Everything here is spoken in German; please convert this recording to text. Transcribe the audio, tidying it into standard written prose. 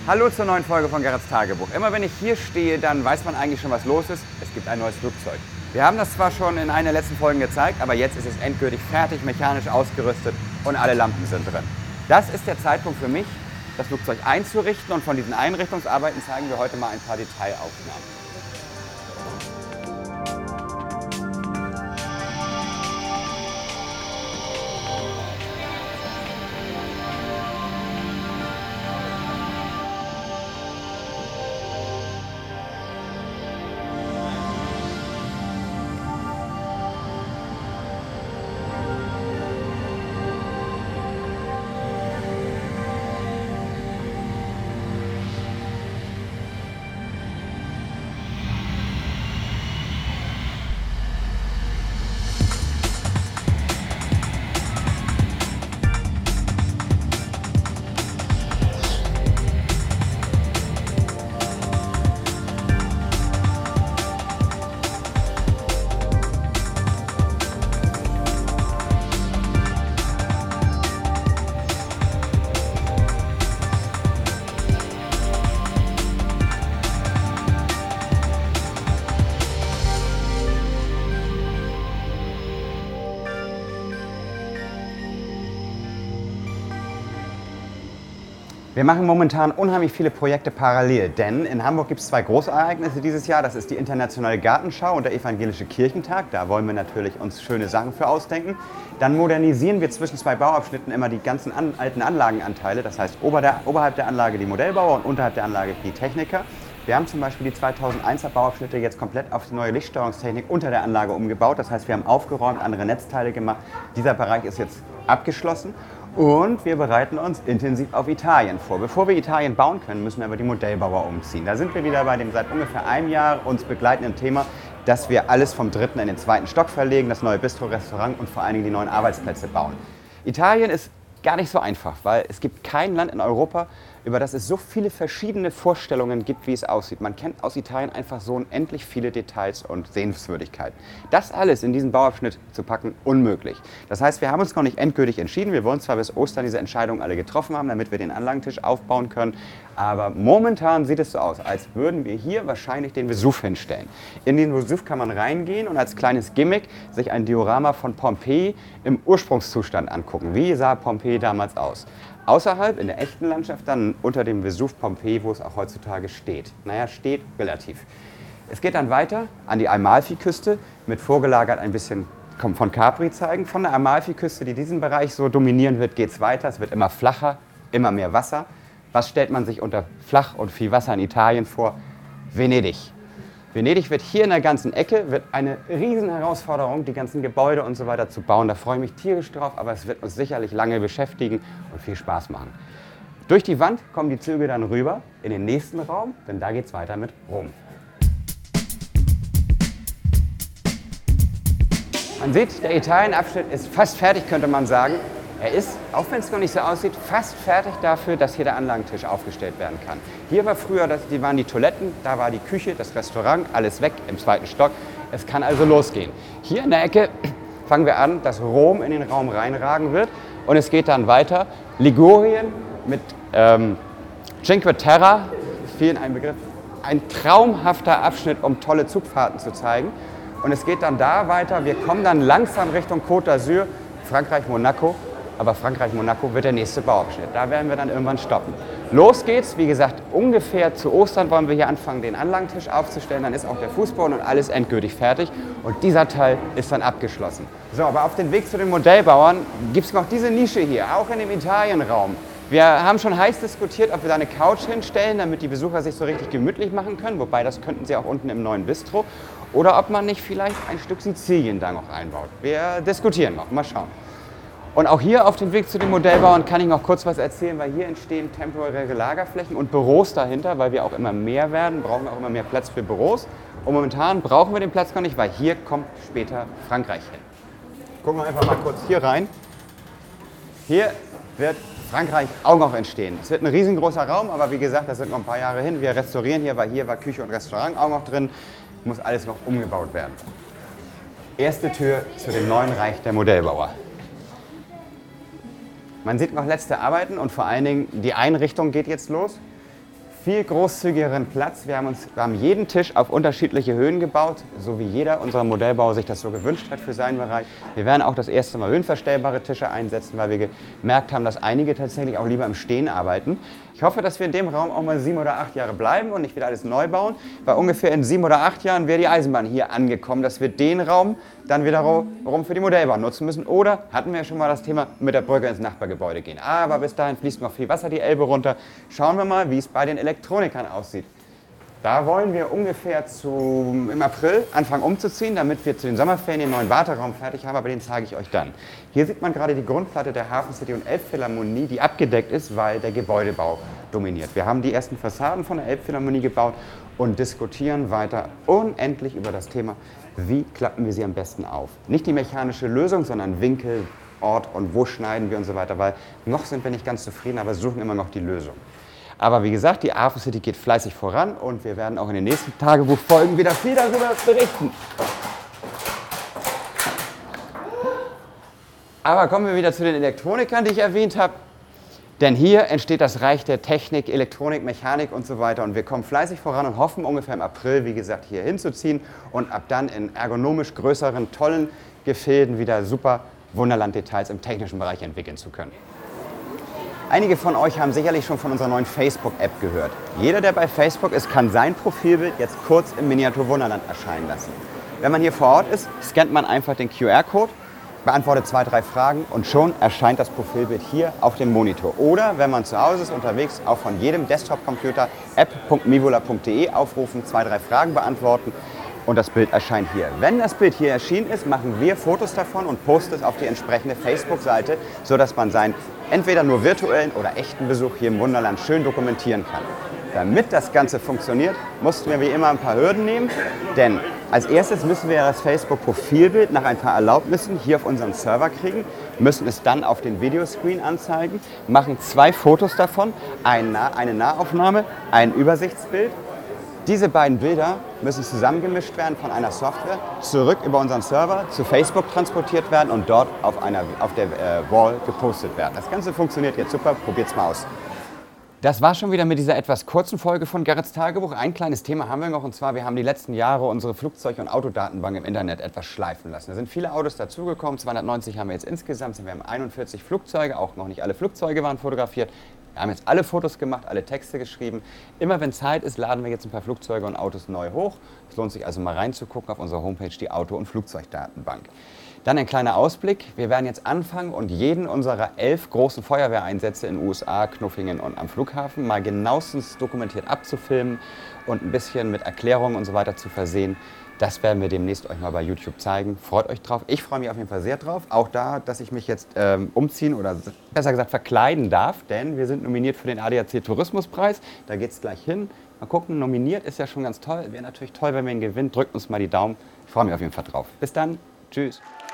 Hallo zur neuen Folge von Gerrits Tagebuch. Immer wenn ich hier stehe, dann weiß man eigentlich schon, was los ist. Es gibt ein neues Flugzeug. Wir haben das zwar schon in einer der letzten Folgen gezeigt, aber jetzt ist es endgültig fertig, mechanisch ausgerüstet und alle Lampen sind drin. Das ist der Zeitpunkt für mich, das Flugzeug einzurichten, und von diesen Einrichtungsarbeiten zeigen wir heute mal ein paar Detailaufnahmen. Wir machen momentan unheimlich viele Projekte parallel, denn in Hamburg gibt es zwei Großereignisse dieses Jahr. Das ist die Internationale Gartenschau und der Evangelische Kirchentag. Da wollen wir natürlich uns schöne Sachen für ausdenken. Dann modernisieren wir zwischen zwei Bauabschnitten immer die ganzen alten Anlagenanteile. Das heißt oberhalb der Anlage die Modellbauer und unterhalb der Anlage die Techniker. Wir haben zum Beispiel die 2001er Bauabschnitte jetzt komplett auf die neue Lichtsteuerungstechnik unter der Anlage umgebaut. Das heißt, wir haben aufgeräumt, andere Netzteile gemacht. Dieser Bereich ist jetzt abgeschlossen. Und wir bereiten uns intensiv auf Italien vor. Bevor wir Italien bauen können, müssen wir aber die Modellbauer umziehen. Da sind wir wieder bei dem seit ungefähr einem Jahr uns begleitenden Thema, dass wir alles vom 3. in den 2. Stock verlegen, das neue Bistro-Restaurant und vor allen Dingen die neuen Arbeitsplätze bauen. Italien ist gar nicht so einfach, weil es gibt kein Land in Europa, über das es so viele verschiedene Vorstellungen gibt, wie es aussieht. Man kennt aus Italien einfach so unendlich viele Details und Sehenswürdigkeiten. Das alles in diesen Bauabschnitt zu packen, unmöglich. Das heißt, wir haben uns noch nicht endgültig entschieden. Wir wollen zwar bis Ostern diese Entscheidung alle getroffen haben, damit wir den Anlagentisch aufbauen können, aber momentan sieht es so aus, als würden wir hier wahrscheinlich den Vesuv hinstellen. In den Vesuv kann man reingehen und als kleines Gimmick sich ein Diorama von Pompeji im Ursprungszustand angucken. Wie sah Pompeji damals aus? Außerhalb, in der echten Landschaft, dann unter dem Vesuv Pompeji, wo es auch heutzutage steht. Naja, steht relativ. Es geht dann weiter an die Amalfiküste, mit vorgelagert ein bisschen von Capri zeigen. Von der Amalfiküste, die diesen Bereich so dominieren wird, geht es weiter. Es wird immer flacher, immer mehr Wasser. Was stellt man sich unter flach und viel Wasser in Italien vor? Venedig. Venedig wird hier in der ganzen Ecke wird eine riesen Herausforderung, die ganzen Gebäude und so weiter zu bauen. Da freue ich mich tierisch drauf, aber es wird uns sicherlich lange beschäftigen und viel Spaß machen. Durch die Wand kommen die Züge dann rüber in den nächsten Raum, denn da geht es weiter mit Rom. Man sieht, der Italienabschnitt ist fast fertig, könnte man sagen. Er ist, auch wenn es noch nicht so aussieht, fast fertig dafür, dass hier der Anlagentisch aufgestellt werden kann. Hier war früher, waren die Toiletten, da war die Küche, das Restaurant, alles weg im 2. Stock. Es kann also losgehen. Hier in der Ecke fangen wir an, dass Rom in den Raum reinragen wird und es geht dann weiter. Ligurien mit Cinque Terre, vielen ein Begriff, ein traumhafter Abschnitt, um tolle Zugfahrten zu zeigen. Und es geht dann da weiter, wir kommen dann langsam Richtung Côte d'Azur, Frankreich-Monaco. Aber Frankreich-Monaco wird der nächste Bauabschnitt. Da werden wir dann irgendwann stoppen. Los geht's, wie gesagt, ungefähr zu Ostern wollen wir hier anfangen, den Anlagentisch aufzustellen. Dann ist auch der Fußboden und alles endgültig fertig. Und dieser Teil ist dann abgeschlossen. So, aber auf dem Weg zu den Modellbauern gibt es noch diese Nische hier, auch in dem Italienraum. Wir haben schon heiß diskutiert, ob wir da eine Couch hinstellen, damit die Besucher sich so richtig gemütlich machen können. Wobei, das könnten sie auch unten im neuen Bistro. Oder ob man nicht vielleicht ein Stück Sizilien da noch einbaut. Wir diskutieren noch, mal schauen. Und auch hier auf dem Weg zu den Modellbauern kann ich noch kurz was erzählen, weil hier entstehen temporäre Lagerflächen und Büros dahinter, weil wir auch immer mehr werden, brauchen wir auch immer mehr Platz für Büros. Und momentan brauchen wir den Platz gar nicht, weil hier kommt später Frankreich hin. Gucken wir einfach mal kurz hier rein. Hier wird Frankreich auch noch entstehen. Es wird ein riesengroßer Raum, aber wie gesagt, das sind noch ein paar Jahre hin. Wir restaurieren hier, weil hier war Küche und Restaurant auch noch drin. Muss alles noch umgebaut werden. Erste Tür zu dem neuen Reich der Modellbauer. Man sieht noch letzte Arbeiten und vor allen Dingen die Einrichtung geht jetzt los. viel großzügigeren Platz. Wir haben jeden Tisch auf unterschiedliche Höhen gebaut, so wie jeder unserer Modellbauer sich das so gewünscht hat für seinen Bereich. Wir werden auch das erste Mal höhenverstellbare Tische einsetzen, weil wir gemerkt haben, dass einige tatsächlich auch lieber im Stehen arbeiten. Ich hoffe, dass wir in dem Raum auch mal 7 oder 8 Jahre bleiben und nicht wieder alles neu bauen, weil ungefähr in 7 oder 8 Jahren wäre die Eisenbahn hier angekommen, dass wir den Raum dann wiederum für die Modellbahn nutzen müssen. Oder hatten wir schon mal das Thema mit der Brücke ins Nachbargebäude gehen. Aber bis dahin fließt noch viel Wasser die Elbe runter. Schauen wir mal, wie es bei den Elektronikern aussieht. Da wollen wir ungefähr im April anfangen umzuziehen, damit wir zu den Sommerferien den neuen Warteraum fertig haben, aber den zeige ich euch dann. Hier sieht man gerade die Grundplatte der Hafen City und Elbphilharmonie, die abgedeckt ist, weil der Gebäudebau dominiert. Wir haben die ersten Fassaden von der Elbphilharmonie gebaut und diskutieren weiter unendlich über das Thema, wie klappen wir sie am besten auf. Nicht die mechanische Lösung, sondern Winkel, Ort und wo schneiden wir und so weiter, weil noch sind wir nicht ganz zufrieden, aber suchen immer noch die Lösung. Aber wie gesagt, die Hafen City geht fleißig voran und wir werden auch in den nächsten Tagebuchfolgen wieder viel darüber berichten. Aber kommen wir wieder zu den Elektronikern, die ich erwähnt habe. Denn hier entsteht das Reich der Technik, Elektronik, Mechanik und so weiter. Und wir kommen fleißig voran und hoffen ungefähr im April, wie gesagt, hier hinzuziehen und ab dann in ergonomisch größeren, tollen Gefilden wieder super Wunderland-Details im technischen Bereich entwickeln zu können. Einige von euch haben sicherlich schon von unserer neuen Facebook-App gehört. Jeder, der bei Facebook ist, kann sein Profilbild jetzt kurz im Miniatur Wunderland erscheinen lassen. Wenn man hier vor Ort ist, scannt man einfach den QR-Code, beantwortet 2, 3 Fragen und schon erscheint das Profilbild hier auf dem Monitor. Oder wenn man zu Hause ist, unterwegs, auch von jedem Desktop-Computer app.mivola.de aufrufen, 2, 3 Fragen beantworten und das Bild erscheint hier. Wenn das Bild hier erschienen ist, machen wir Fotos davon und posten es auf die entsprechende Facebook-Seite, sodass man seinen entweder nur virtuellen oder echten Besuch hier im Wunderland schön dokumentieren kann. Damit das Ganze funktioniert, mussten wir wie immer ein paar Hürden nehmen, denn als erstes müssen wir das Facebook-Profilbild nach ein paar Erlaubnissen hier auf unseren Server kriegen, müssen es dann auf den Videoscreen anzeigen, machen 2 Fotos davon, eine Nahaufnahme, ein Übersichtsbild. Diese beiden Bilder müssen zusammengemischt werden von einer Software, zurück über unseren Server zu Facebook transportiert werden und dort auf der Wall gepostet werden. Das Ganze funktioniert jetzt super, probiert's mal aus. Das war schon wieder mit dieser etwas kurzen Folge von Gerrits Tagebuch. Ein kleines Thema haben wir noch, und zwar, wir haben die letzten Jahre unsere Flugzeug- und Autodatenbank im Internet etwas schleifen lassen. Da sind viele Autos dazugekommen, 290 haben wir jetzt insgesamt, wir haben 41 Flugzeuge, auch noch nicht alle Flugzeuge waren fotografiert. Wir haben jetzt alle Fotos gemacht, alle Texte geschrieben. Immer wenn Zeit ist, laden wir jetzt ein paar Flugzeuge und Autos neu hoch. Es lohnt sich also mal reinzugucken auf unserer Homepage, die Auto- und Flugzeugdatenbank. Dann ein kleiner Ausblick. Wir werden jetzt anfangen und jeden unserer 11 großen Feuerwehreinsätze in den USA, Knuffingen und am Flughafen mal genauestens dokumentiert abzufilmen und ein bisschen mit Erklärungen und so weiter zu versehen. Das werden wir demnächst euch mal bei YouTube zeigen. Freut euch drauf. Ich freue mich auf jeden Fall sehr drauf. Auch da, dass ich mich jetzt umziehen oder besser gesagt verkleiden darf, denn wir sind nominiert für den ADAC Tourismuspreis. Da geht es gleich hin. Mal gucken, nominiert ist ja schon ganz toll. Wäre natürlich toll, wenn wir ihn gewinnen. Drückt uns mal die Daumen. Ich freue mich auf jeden Fall drauf. Bis dann. Tschüss.